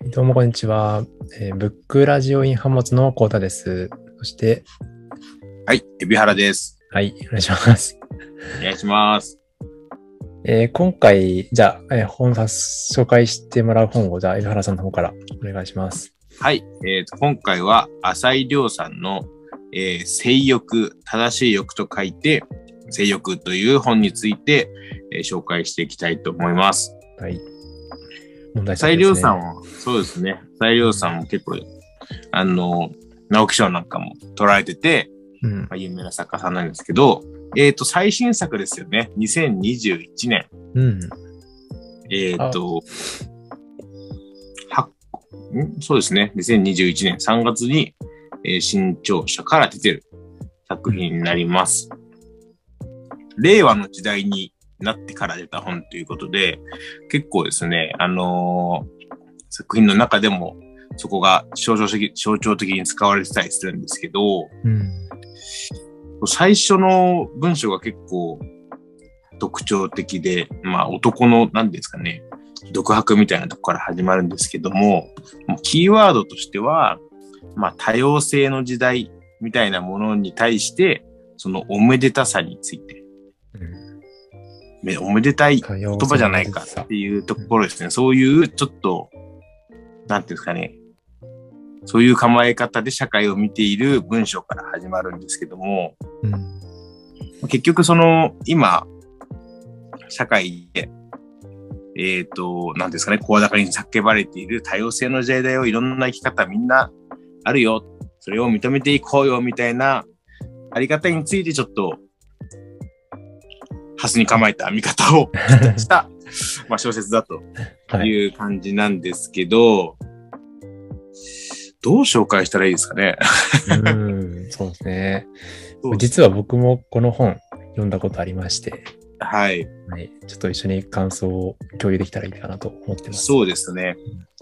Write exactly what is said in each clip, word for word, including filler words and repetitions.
どうもこんにちは。えーブックラジオインハモツのコウタです。そして、 はい、海老原です。 はい、お願いします。 お願いします。 えー今回、じゃあ、えー本さ紹介してもらう本を、じゃあ、海老原さんの方からお願いします。 はい、えーと、今回は浅井亮さんの、えー性欲、正しい欲と書いて、性欲という本について、えー紹介していきたいと思います。 はい。問題浅井作ですね。 亮さんは、そうですね。浅井亮さんも結構、あの、直木賞なんかも捉えてて、 うん。 まあ、有名な作家さんなんですけど、えっと、最新作ですよね。にせんにじゅういちねん。 うん。 えっと、はんそうですね。にせんにじゅういちねんさんがつに、えー新潮社から出てる作品になります。令和の時代になってから出た本ということで、結構ですね、あのー作品の中でもそこが象徴的、象徴的に使われてたりするんですけど、 うん。 最初の文章が結構特徴的で、まあ男の、何ですかね、独白みたいなとこから始まるんですけども、もうキーワードとしては、まあ多様性の時代みたいなものに対して、そのおめでたさについて、 うんめおめでたい多言様性の葉じゃないかっていうところですね。そういうちょっと、なんていうんですかね、そういう構え方で社会を見ている文章から始まるんですけども、 うん結局その今、社会で、えっ、と、なんですかね、声高に叫ばれている多様性の時代だよ、いろんな生き方みんなあるよ、それを認めていこうよ、みたいなあり方についてちょっと、ハスに構えた見方をした、まあ小説だという感じなんですけど、はい、どう紹介したらいいですかね。 うん、そうですね。実は僕もこの本読んだことありまして、 はい。 はい。ちょっと一緒に感想を共有できたらいいかなと思ってます。 そうですね。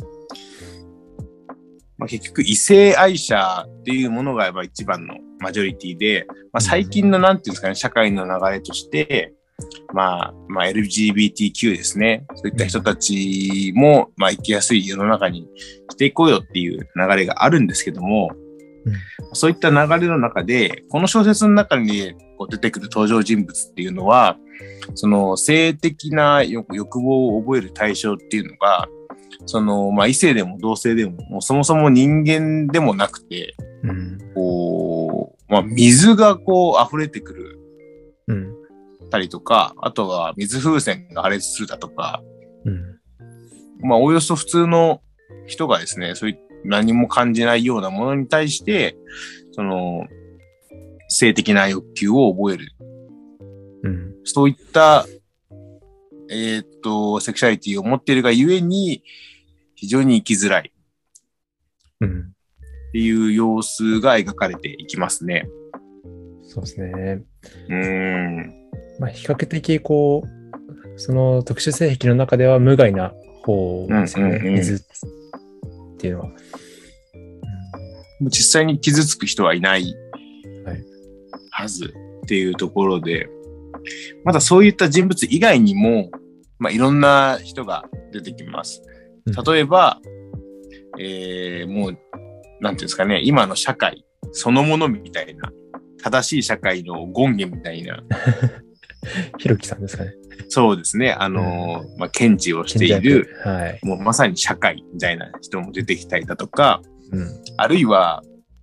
まあ、結局、異性愛者っていうものがやっぱ一番のマジョリティで、まあ、最近のなんていうんですかね、社会の流れとして、まあ、まあ エルジービーティーキュー ですね。そういった人たちも、まあ生きやすい世の中にしていこうよっていう流れがあるんですけども、うん、そういった流れの中で、この小説の中にこう出てくる登場人物っていうのは、その性的な欲望を覚える対象っていうのが、その、まあ異性でも同性でも、もうそもそも人間でもなくて、うん、こう、まあ水がこう溢れてくる。うんたりとか、あとは水風船が破裂するだとか、うん、まあおよそ普通の人がですね、そういう何も感じないようなものに対して、その性的な欲求を覚える。うん、そういった、えー、っと、セクシャリティを持っているがゆえに、非常に生きづらい。うん、っていう様子が描かれていきますね。 そうですね。 うーん。 まあ、比較的こう、その特殊性癖の中では無害な方ですよね、うんうんうん、水っていうのは、 うん。実際に傷つく人はいないはずっていうところで、またそういった人物以外にも、まあ、いろんな人が出てきます。例えば、うん、えー、もう、なんていうんですかね、今の社会そのものみたいな、正しい社会の権限みたいな。 ひろきさんですかね。 そうですね。あの、うん、まあ、検事をしている、はい、もうまさに社会みたいな人も出てきたりだとか、うん、あるいは、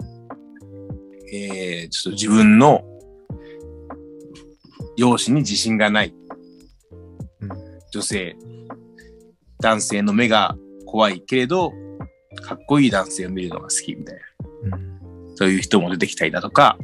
えー、ちょっと自分の容姿に自信がない、うん、女性、男性の目が怖いけれど、かっこいい男性を見るのが好きみたいな、うん、そういう人も出てきたりだとか、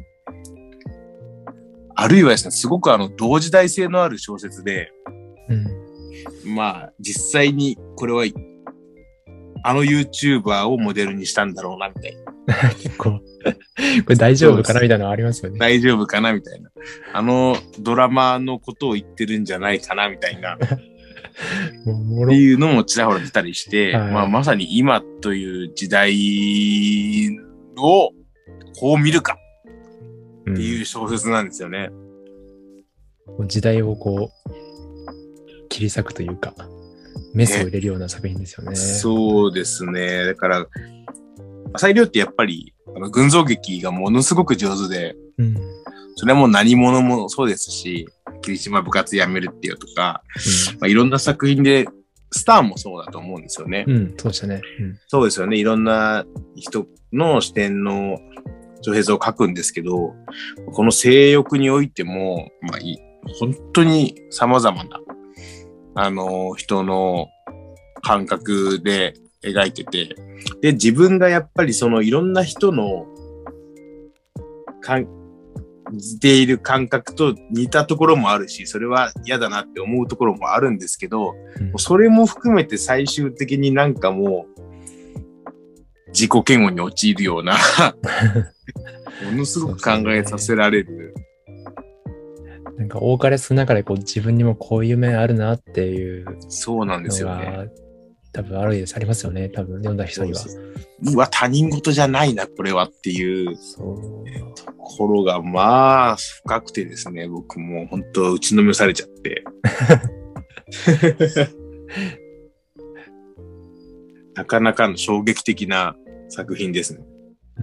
あるいはですね、すごくあの同時代性のある小説で、うん、まあ実際にこれはあの YouTuber をモデルにしたんだろうなみたいな。 結構これ大丈夫かなみたいなのありますよね。 大丈夫かなみたいな。あのドラマのことを言ってるんじゃないかなみたいな。っていうのもちらほら出たりして、はい、まあまさに今という時代をこう見るか。っていう小説なんですよね。 うん、時代をこう切り裂くというか、 メスを入れるような作品ですよね。 そうですね。だから、浅井亮ってやっぱり、あの群像劇がものすごく上手で、 うん、 それはもう何者もそうですし、霧島部活やめるってよとか、うんまあ、いろんな作品で、スターもそうだと思うんですよね。 うん、そうでしたね。うん、 そうですよね。いろんな人の視点の長編図を書くんですけど、この性欲においても、まあ、本当に様々な、あの、人の感覚で描いてて、で、自分がやっぱりそのいろんな人の感じている感覚と似たところもあるし、それは嫌だなって思うところもあるんですけど、うん、それも含めて最終的になんかもう自己嫌悪に陥るようなものすごく考えさせられる。 なんか多かれ少なかれこう自分にもこういう面あるなっていう。 そうなんですよね。 多分あるです。ありますよね。多分読んだ人には。 うわ、他人事じゃないな、これはっていうところが、まあ、深くてですね、僕も本当打ちのめされちゃって。なかなかの衝撃的な作品ですね。 うん。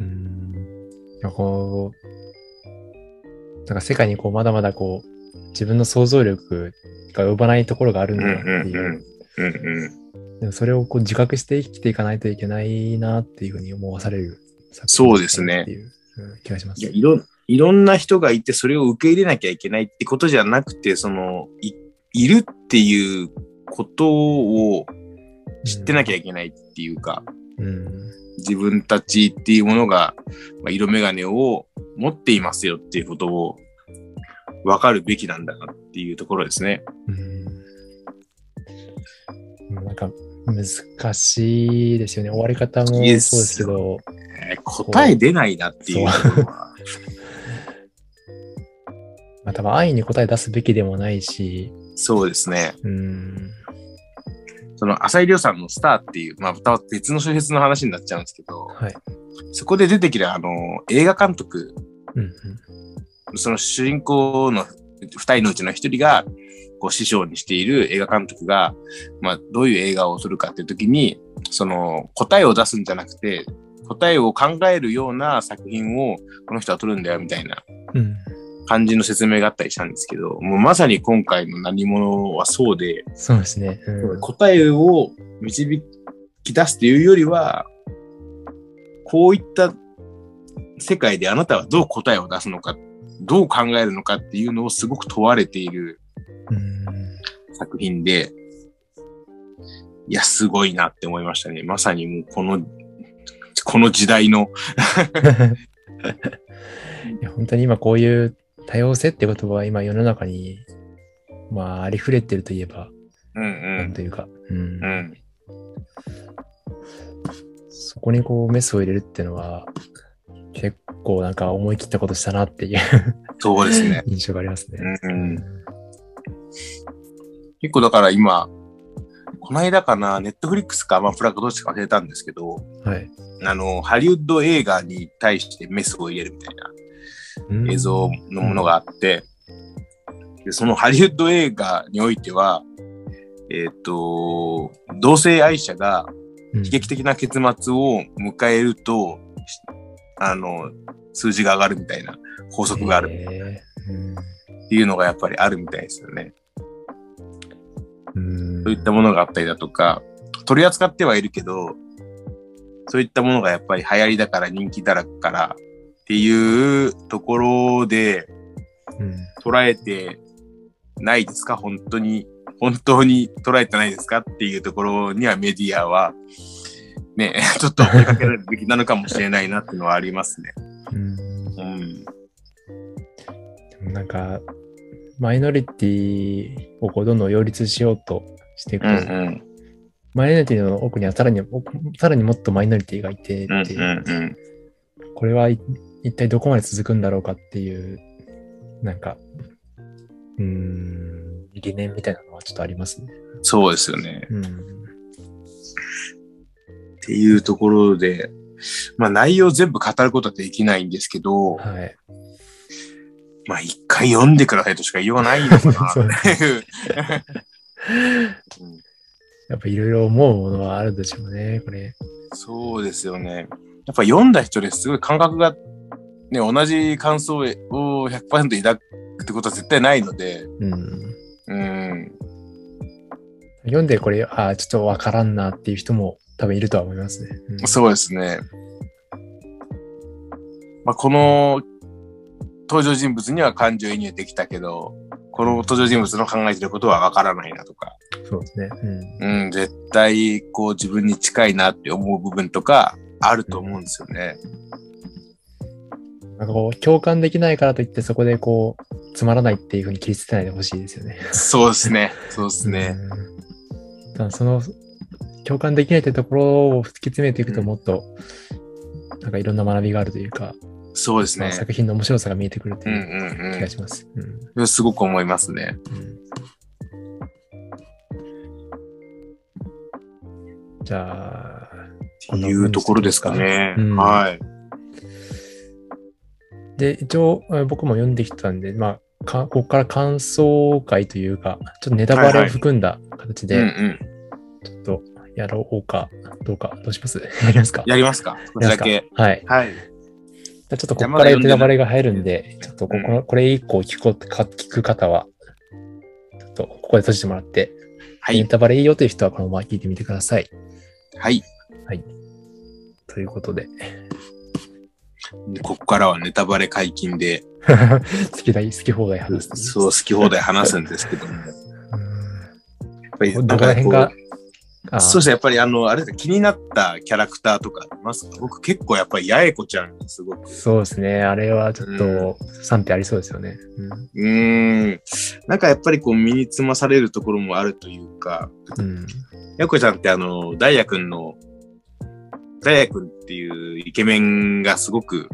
いやこう、なんか世界にこう、まだまだこう、自分の想像力が及ばないところがあるんだなっていう。うんうんうんうんでもそれをこう自覚して生きていかないといけないなっていうふうに思わされる作品そうですねっていう気がします。 いやいろ、いろんな人がいてそれを受け入れなきゃいけないってことじゃなくて、その、い、いるっていうことを知ってなきゃいけないっていうか、うんうん、自分たちっていうものが、まあ、色眼鏡を持っていますよっていうことを分かるべきなんだなっていうところですね。 うん、なんか難しいですよね。終わり方もそうですけど。 答え出ないなっていうところは。 まあ多分安易に答え出すべきでもないし。 そうですね。 うんその浅井亮さんのスターっていう、まあ別の小説の話になっちゃうんですけど、はい、そこで出てきるあの映画監督、うんうん、その主人公の二人のうちの一人が、こう師匠にしている映画監督が、まあ、どういう映画を撮るかっていう時に、その答えを出すんじゃなくて、答えを考えるような作品をこの人は撮るんだよみたいな感じの説明があったりしたんですけど、もうまさに今回の何者はそうで、 そうですね。うん、 答えを導き出すというよりは、こういった世界であなたはどう答えを出すのか、どう考えるのかっていうのをすごく問われている作品で、いや、すごいなって思いましたね。まさにもうこの、この時代のいや。本当に今こういう多様性って言葉は今世の中に、まあ、ありふれてるといえば、うんうん、なんというか、うんうん、そこにこうメスを入れるっていうのは、結構なんか思い切ったことしたなっていうそうですね。 印象がありますね。うんうん、 結構だから今、この間かな、ネットフリックスかアマプラかどっちか忘れたんですけど、はい、あの、ハリウッド映画に対してメスを入れるみたいな映像のものがあって、でそのハリウッド映画においては、えっと、同性愛者が悲劇的な結末を迎えると、うん、あの、数字が上がるみたいな法則があるみたいな、っていうのがやっぱりあるみたいですよね。そういったものがあったりだとか、取り扱ってはいるけど、そういったものがやっぱり流行りだから人気だからっていうところで捉えてないですか？本当に、本当に捉えてないですかっていうところにはメディアはね、ちょっと追いかけられるべきなのかもしれないなっていうのはありますね。うん。うん、 でもなんか、マイノリティをこうどんどん擁立しようとしていくと、うんうん、マイノリティの奥にはさらに、さらにもっとマイノリティがいてっていう、うんうんうん、これは一体どこまで続くんだろうかっていう、なんか、うーん、疑念みたいなのはちょっとありますね。 そうですよね。うん、っていうところで、まあ内容全部語ることはできないんですけど、はい、まあ一回読んでくださいとしか言いようがないのかなっていう。 やっぱいろいろ思うものはあるでしょうね、これ。 そうですよね。やっぱ読んだ人ですごい感覚が、ね、同じ感想を ひゃくパーセント 抱くってことは絶対ないので、 うん。 うん。 読んでこれ、ああ、ちょっとわからんなっていう人も多分いるとは思いますね。 うん、そうですね。まあ、この登場人物には感情移入できたけど、この登場人物の考えてることはわからないなとか。 そうですね。うん。 うん、絶対こう自分に近いなって思う部分とかあると思うんですよね。 なんかこう、共感できないからといってそこでこう、つまらないっていうふうに切り捨てないでほしいですよね。 そうですね。そうですね。 うん、ただその、共感できないってところを突き詰めていくともっと、なんかいろんな学びがあるというか、 そうですね。 作品の面白さが見えてくるという気がします。 うんうんうん、すごく思いますね。 うん、じゃあ、 っていうところですかね。うん、はい。 で、一応僕も読んできたんで、まあ、かここから感想会というか、ちょっとネタバレを含んだ形で、はいはい、うんうん、ちょっとやろうか、どうか、どうしますやりますかやりますかこれだけ。 はい。 はい。 ちょっとここからネタバレが入るんで、ちょっとここ、これ以降聞く、聞く方は、ちょっとここで閉じてもらって、はい、ネタバレいいよという人はこのまま聞いてみてください。 はい。 はい。ということで。 ここからはネタバレ解禁で。 好きだ、好き放題話す。 そう、好き放題話すんですけども。やっぱり、 どこら辺が、 そうですね、やっぱりあの、あれですか、気になったキャラクターとかありますか？僕結構やっぱり八重子ちゃんすごく。 そうですね、あれはちょっと賛否ありそうですよね。 うん。うーん。なんかやっぱりこう身につまされるところもあるというか、うん。八重子ちゃんってあの、ダイヤ君の、ダイヤ君っていうイケメンがすごく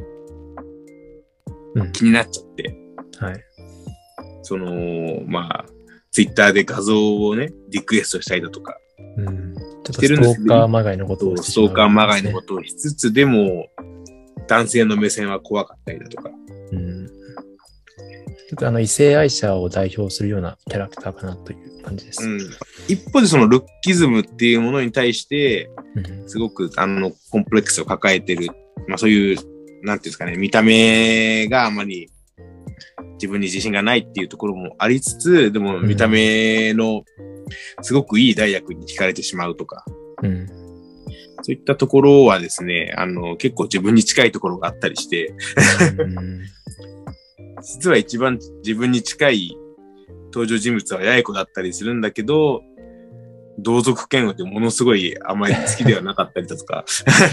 気になっちゃって。 うん、はい。 その、まあ、ツイッターで画像をね、リクエストしたりだとか。 うん、ちょっとストーカーまがいのことをしてしまう、ね、ストーカーまがいのことをしつつ、でも、男性の目線は怖かったりだとか。 うん、ちょっとあの、異性愛者を代表するようなキャラクターかなという感じです。 うん、一方でそのルッキズムっていうものに対して、すごくあの、コンプレックスを抱えてる。まあそういう、なんていうんですかね、見た目があまり自分に自信がないっていうところもありつつ、でも見た目のすごくいいダイヤ君に惹かれてしまうとか、うん、そういったところはですね、あの、結構自分に近いところがあったりして、うん、実は一番自分に近い登場人物は八重子だったりするんだけど、同族嫌悪ってものすごいあまり好きではなかったりだとか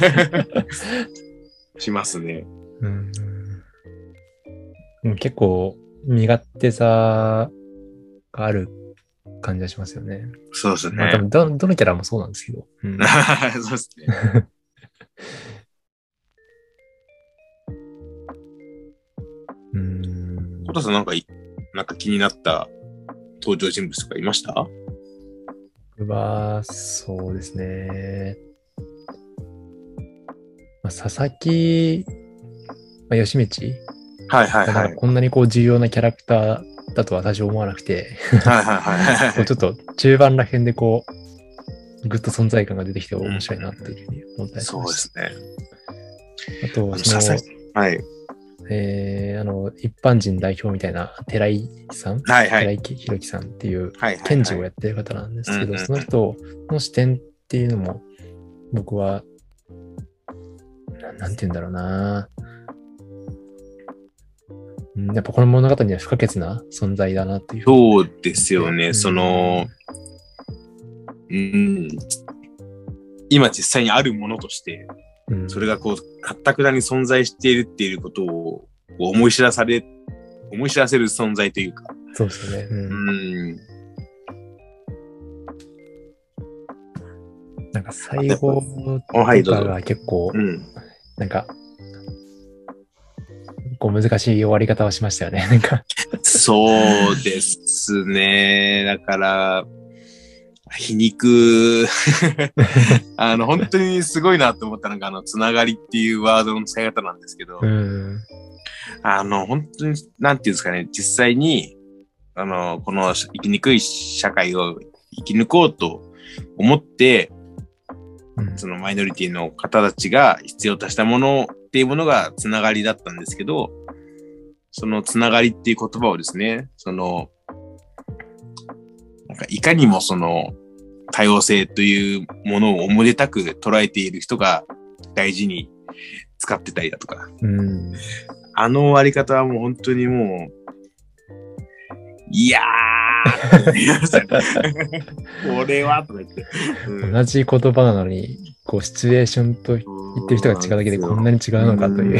しますね。 うんうん、結構身勝手さがある感じがしますよね。 そうですね。 まあ、多分ど、どのキャラもそうなんですけど。うん、 そうですね。うん。小田さんなんかい、なんか気になった登場人物とかいました？ 僕は、そうですね。まあ、佐々木、まあ、義道はいはいはい。 こんなにこう重要なキャラクターだとは私は思わなくて、はいはいはい。ちょっと中盤ら辺でこう、ぐっと存在感が出てきて面白いなっていうふうに思ったりしました。 そうですね。 あと、その、はい。えー、あの、一般人代表みたいな寺井さん、はいはい、寺井宏樹さんっていう検事をやってる方なんですけど、その人の視点っていうのも、僕は、な、なんて言うんだろうな。やっぱこの物語には不可欠な存在だなという。 そうですよね。うん、その、うん、今実際にあるものとして、うん、それがこう、かったくなに存在しているっていうことを思い知らされ、思い知らせる存在というか。 そうですね。うん。うん、なんか最後とかが結構、うん、なんか、こう難しい終わり方はしましたよね。なんかそうですね。だから、皮肉、あの、本当にすごいなと思ったのが、あの、つながりっていうワードの使い方なんですけど、うん、あの、本当に、なんていうんですかね、実際に、あの、この生きにくい社会を生き抜こうと思って、 うん、 そのマイノリティの方たちが必要としたものっていうものがつながりだったんですけど、そのつながりっていう言葉をですね、その、なんかいかにもその多様性というものをおめでたく捉えている人が大事に使ってたりだとか、 うん、 あの終わり方はもう本当にもう、いやーって言いましたね。これはとか言って、 うん。同じ言葉なのに、こうシチュエーションと言ってる人が違うだけでこんなに違うのかという。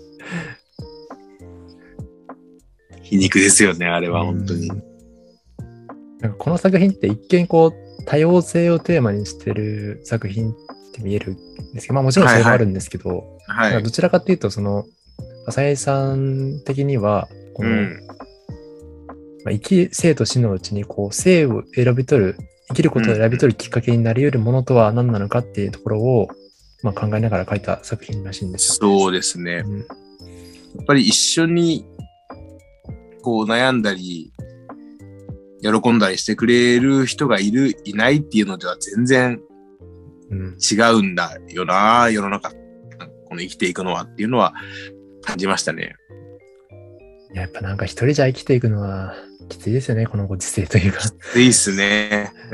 皮肉ですよね、あれは本当に。 なんかこの作品って一見こう多様性をテーマにしてる作品って見えるんですけど、まあもちろんそれもあるんですけど、はいはい、どちらかっていうとその浅井さん的にはこの、うんまあ、生き生と死のうちにこう生を選び取る生きることを選び取るきっかけになり得るものとは何なのかっていうところを、まあ、考えながら書いた作品らしいんですよ。そうですね。うん、やっぱり一緒にこう悩んだり喜んだりしてくれる人がいるいないっていうのでは全然違うんだよな、うん、世の中この生きていくのはっていうのは感じましたね。 やっぱなんか一人じゃ生きていくのはきついですよね、このご時世というか。きついっすね。うん。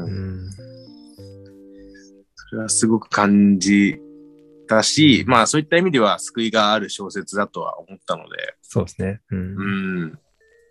うん、それはすごく感じたし、まあそういった意味では救いがある小説だとは思ったので。 そうですね。うん。 うん、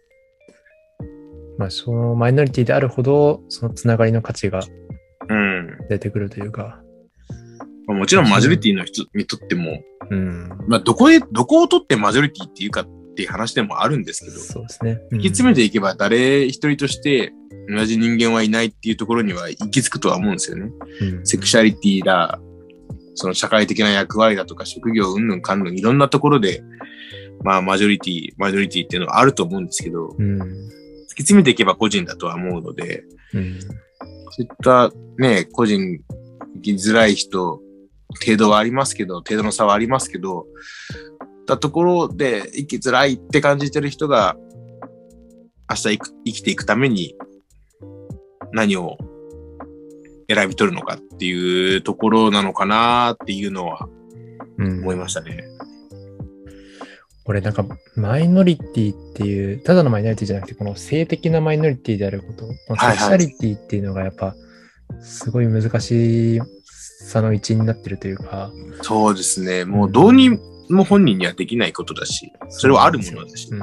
まあそのマイノリティであるほど、そのつながりの価値が出てくるというか。 うん、もちろんマジョリティの人にとっても、 うん、 まあどこで、どこをとってマジョリティっていうか、っていう話でもあるんですけど、 そうですね。 うん、突き詰めていけば誰一人として同じ人間はいないっていうところには行き着くとは思うんですよね。うん、セクシャリティだ、その社会的な役割だとか職業うんぬんかんぬんいろんなところで、まあマジョリティ、マイノリティっていうのはあると思うんですけど、 うん、 突き詰めていけば個人だとは思うので、 うん、 そういったね、個人生きづらい人、程度はありますけど、程度の差はありますけど、たところで生きづらいって感じてる人が明日生, 生きていくために何を選び取るのかっていうところなのかなっていうのは思いましたね。 これなんかマイノリティっていうただのマイノリティじゃなくてこの性的なマイノリティであること、このセクシャリティっていうのがやっぱすごい難しさの一因になってるというか。 そうですね。もうどうにも本人にはできないことだし、それはあるものだし。うん。うん、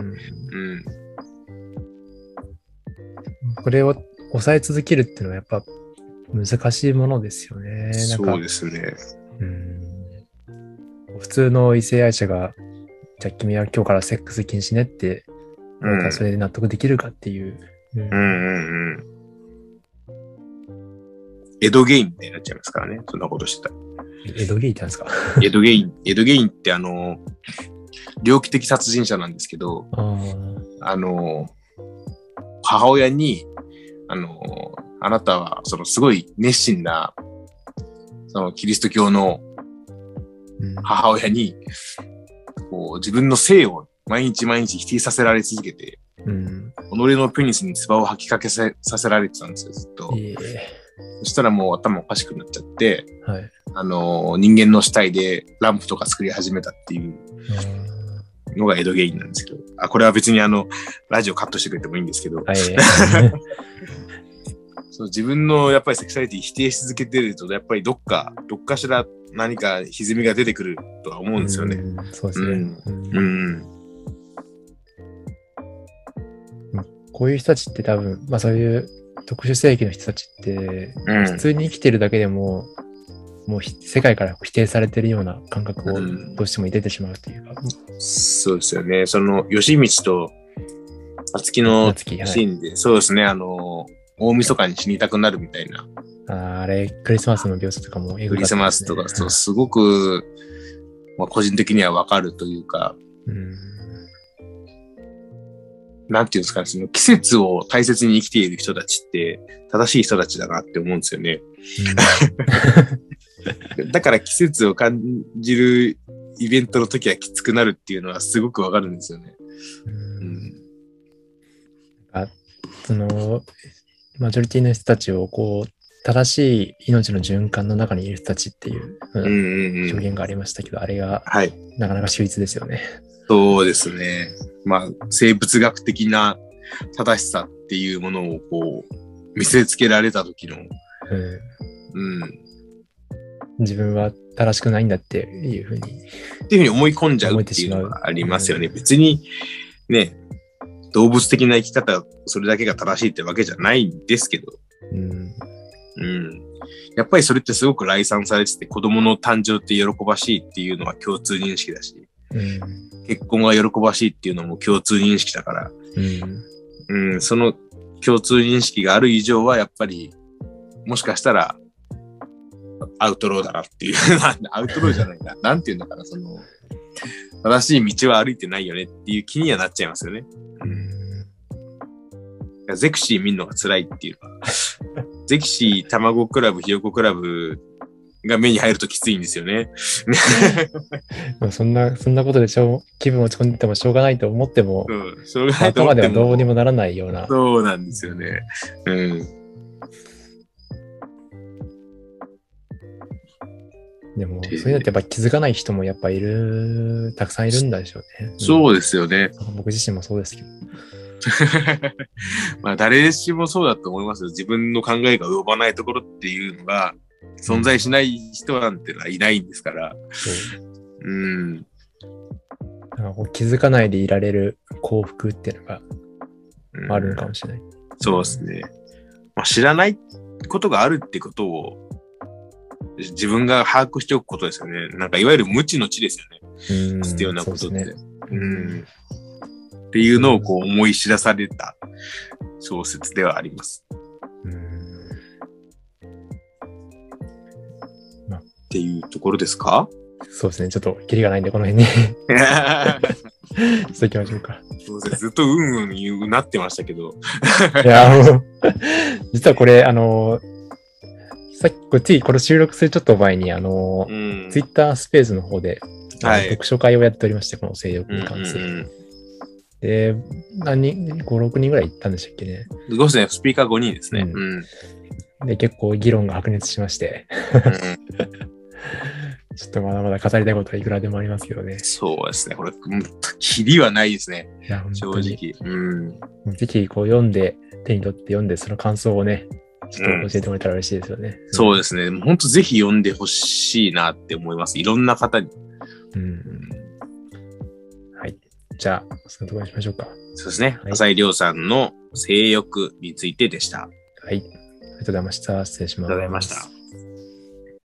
これを抑え続けるっていうのはやっぱ難しいものですよね。なんかそうですね。 うん。普通の異性愛者が、じゃあ君は今日からセックス禁止ねって、うん、それで納得できるかっていう。 うん、うん、うんうん。江戸ゲインみたいになっちゃいますからね。そんなことしてたら。 江戸ゲインってなんですか？ 江戸ゲイン、江戸ゲインってあの、猟奇的殺人者なんですけど、 あ, あの、母親に、あの、あなたは、そのすごい熱心な、そのキリスト教の母親に、うん、こう自分の性を毎日毎日否定させられ続けて、 うん、 己のペニスに唾を吐きかけさせられてたんですよ、ずっと。 えーそしたらもう頭おかしくなっちゃって、 はい、 あの、人間の死体でランプとか作り始めたっていうのが江戸ゲインなんですけど、あ、これは別にあの、ラジオカットしてくれてもいいんですけど、 はい、 そう自分のやっぱりセクシャリティ否定し続けてると、やっぱりどっか、どっかしら何か歪みが出てくるとは思うんですよね。 うんそうですね。 うんうんうんこういう人たちって多分、まあそういう特殊性域の人たちって、普通に生きてるだけでも、うん、もう世界から否定されてるような感覚をどうしても出てしまうというか。 うん、そうですよね。その、吉道と夏希のシーンで、はい、そうですね、あの、大晦日に死にたくなるみたいな。 あ, あれ、クリスマスの描写とかもエグかったですね。クリスマスとか、そう、すごく、まあ、個人的にはわかるというか、 うんなんていうんですかね、その季節を大切に生きている人たちって正しい人たちだなって思うんですよね。うん、だから季節を感じるイベントの時はきつくなるっていうのはすごくわかるんですよね。 うんうん、あそのマジョリティの人たちをこう正しい命の循環の中にいる人たちっていう表現がありましたけど、うんうんうん、あれが、はい、なかなか秀逸ですよね。 そうですね。まあ、生物学的な正しさっていうものをこう、見せつけられた時の、うん。うん。 自分は正しくないんだっていうふうに。 っていうふうに思い込んじゃうっていうのがありますよね。うん、別に、ね、動物的な生き方、それだけが正しいってわけじゃないんですけど。うん。うん。やっぱりそれってすごく来賛されてて、子供の誕生って喜ばしいっていうのは共通認識だし、うん、結婚が喜ばしいっていうのも共通認識だから、うんうん、その共通認識がある以上はやっぱりもしかしたらアウトローだなっていう、アウトローじゃないな、なんていうのかな、その正しい道は歩いてないよねっていう気にはなっちゃいますよね。うん、ゼクシー見るのが辛いっていうか、ゼクシー卵クラブ、ひよこクラブが目に入るときついんですよね。 まあそんな、そんなことでしょう、気分落ち込んでてもしょうがないと思っても、 うん、しょうがないと思っても、 頭ではどうにもならないような。 そうなんですよね。うん。 でも、そういうのってやっぱ気づかない人もやっぱいる、たくさんいるんだでしょうね。 そうですよね。 うん、僕自身もそうですけど。 まあ誰しもそうだと思いますよ。自分の考えが及ばないところっていうのが存在しない人なんてのはいないんですから。うん。 なんかこう気づかないでいられる幸福っていうのがあるのかもしれない。うん、 そうですね。まあ、知らないことがあるってことを自分が把握しておくことですよね。なんかいわゆる無知の知ですよね。必要なことって。う、ね、うんっていうのをこう思い知らされた小説ではあります。うん、まあ、っていうところですか？ そうですね。ちょっとキリがないんでこの辺にしていきましょうか。 そうですね。ずっとうんうん言うなってましたけど。 いやもう実はこれあのさっきこっちこれ収録するちょっと前にあの、うん、ツイッタースペースの方で、はい、読書会をやっておりまして、この性欲に関する。うんうんうん、で、何人、ご、ろくにんぐらい行ったんでしたっけね。 すごいですね。スピーカーごにんですね。うんうん、で、結構議論が白熱しまして。うん、ちょっとまだまだ語りたいことはいくらでもありますけどね。 そうですね。これ、キリはないですね。いや正直。 うん、ぜひ、こう読んで、手に取って読んで、その感想をね、ちょっと教えてもらえたら嬉しいですよね。 うん、そうですね。本当ぜひ読んでほしいなって思います。いろんな方に。うん、 はい。じゃあ、そのところにしましょうか。 そうですね。はい、浅井亮さんの性欲についてでした。 はい。ありがとうございました。失礼します。 ありがとうございました。